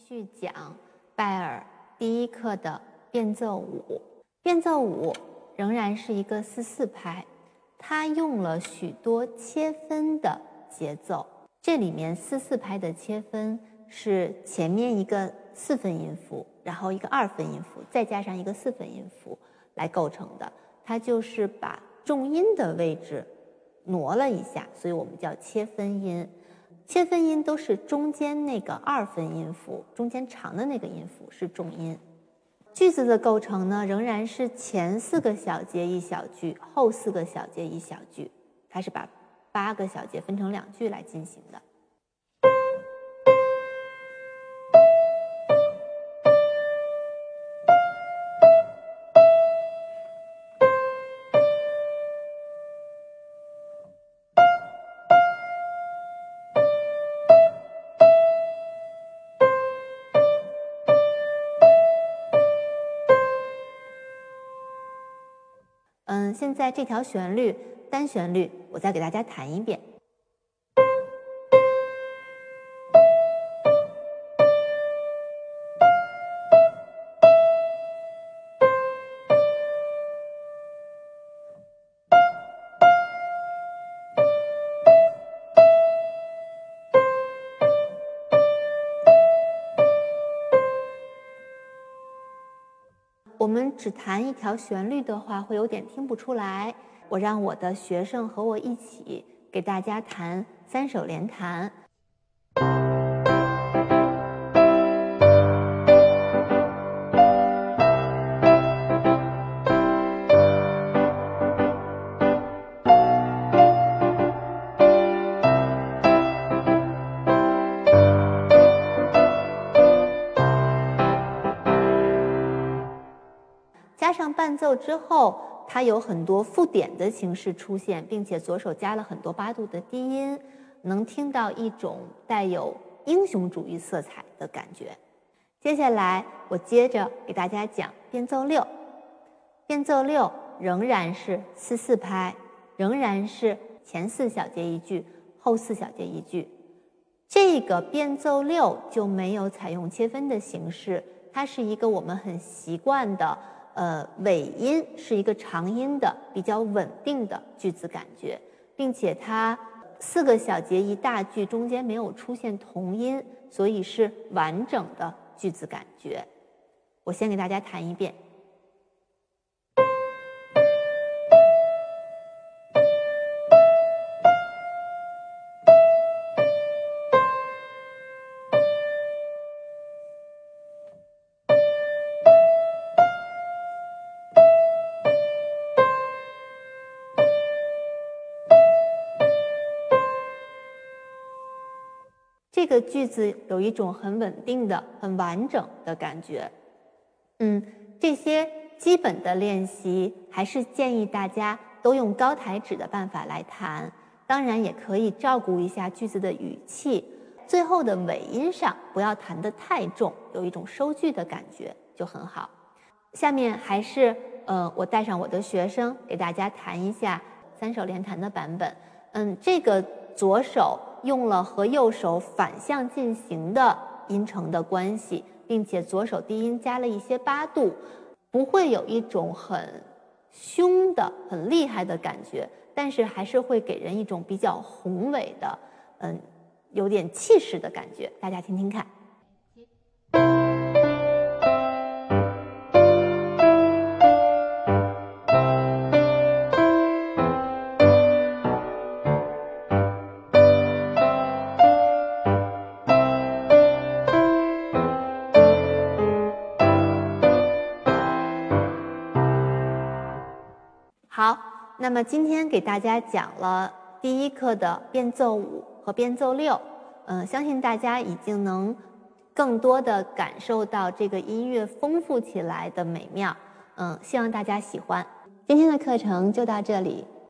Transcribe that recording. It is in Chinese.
续讲拜尔第一课的变奏舞。变奏舞仍然是一个4/4拍，它用了许多切分的节奏。这里面4/4拍的切分是前面一个4分音符，然后一个2分音符，再加上一个4分音符来构成的。它就是把重音的位置挪了一下，所以我们叫切分音。切分音都是中间那个2分音符，中间长的那个音符是重音。句子的构成呢，仍然是前4个小节一小句，后4个小节一小句。它是把8个小节分成2句来进行的。现在这条旋律单旋律，我再给大家弹一遍。我们只弹一条旋律的话，会有点听不出来。我让我的学生和我一起给大家弹3手连弹。加上伴奏之后，它有很多附点的形式出现，并且左手加了很多8度的低音，能听到一种带有英雄主义色彩的感觉。接下来我接着给大家讲变奏6。变奏6仍然是4/4拍，仍然是前4小节一句，后4小节一句。这个变奏6就没有采用切分的形式，它是一个我们很习惯的尾音是一个长音的比较稳定的句子感觉，并且它4个小节一大句，中间没有出现同音，所以是完整的句子感觉。我先给大家弹一遍。这个句子有一种很稳定的、很完整的感觉。这些基本的练习还是建议大家都用高抬指的办法来弹，当然也可以照顾一下句子的语气，最后的尾音上不要弹得太重，有一种收句的感觉就很好。下面还是我带上我的学生给大家弹一下3手连弹的版本。这个左手用了和右手反向进行的音程的关系，并且左手低音加了一些8度，不会有一种很凶的、很厉害的感觉，但是还是会给人一种比较宏伟的，有点气势的感觉。大家听听看。好，那么今天给大家讲了第一课的变奏5和变奏6，相信大家已经能更多的感受到这个音乐丰富起来的美妙，希望大家喜欢。今天的课程就到这里。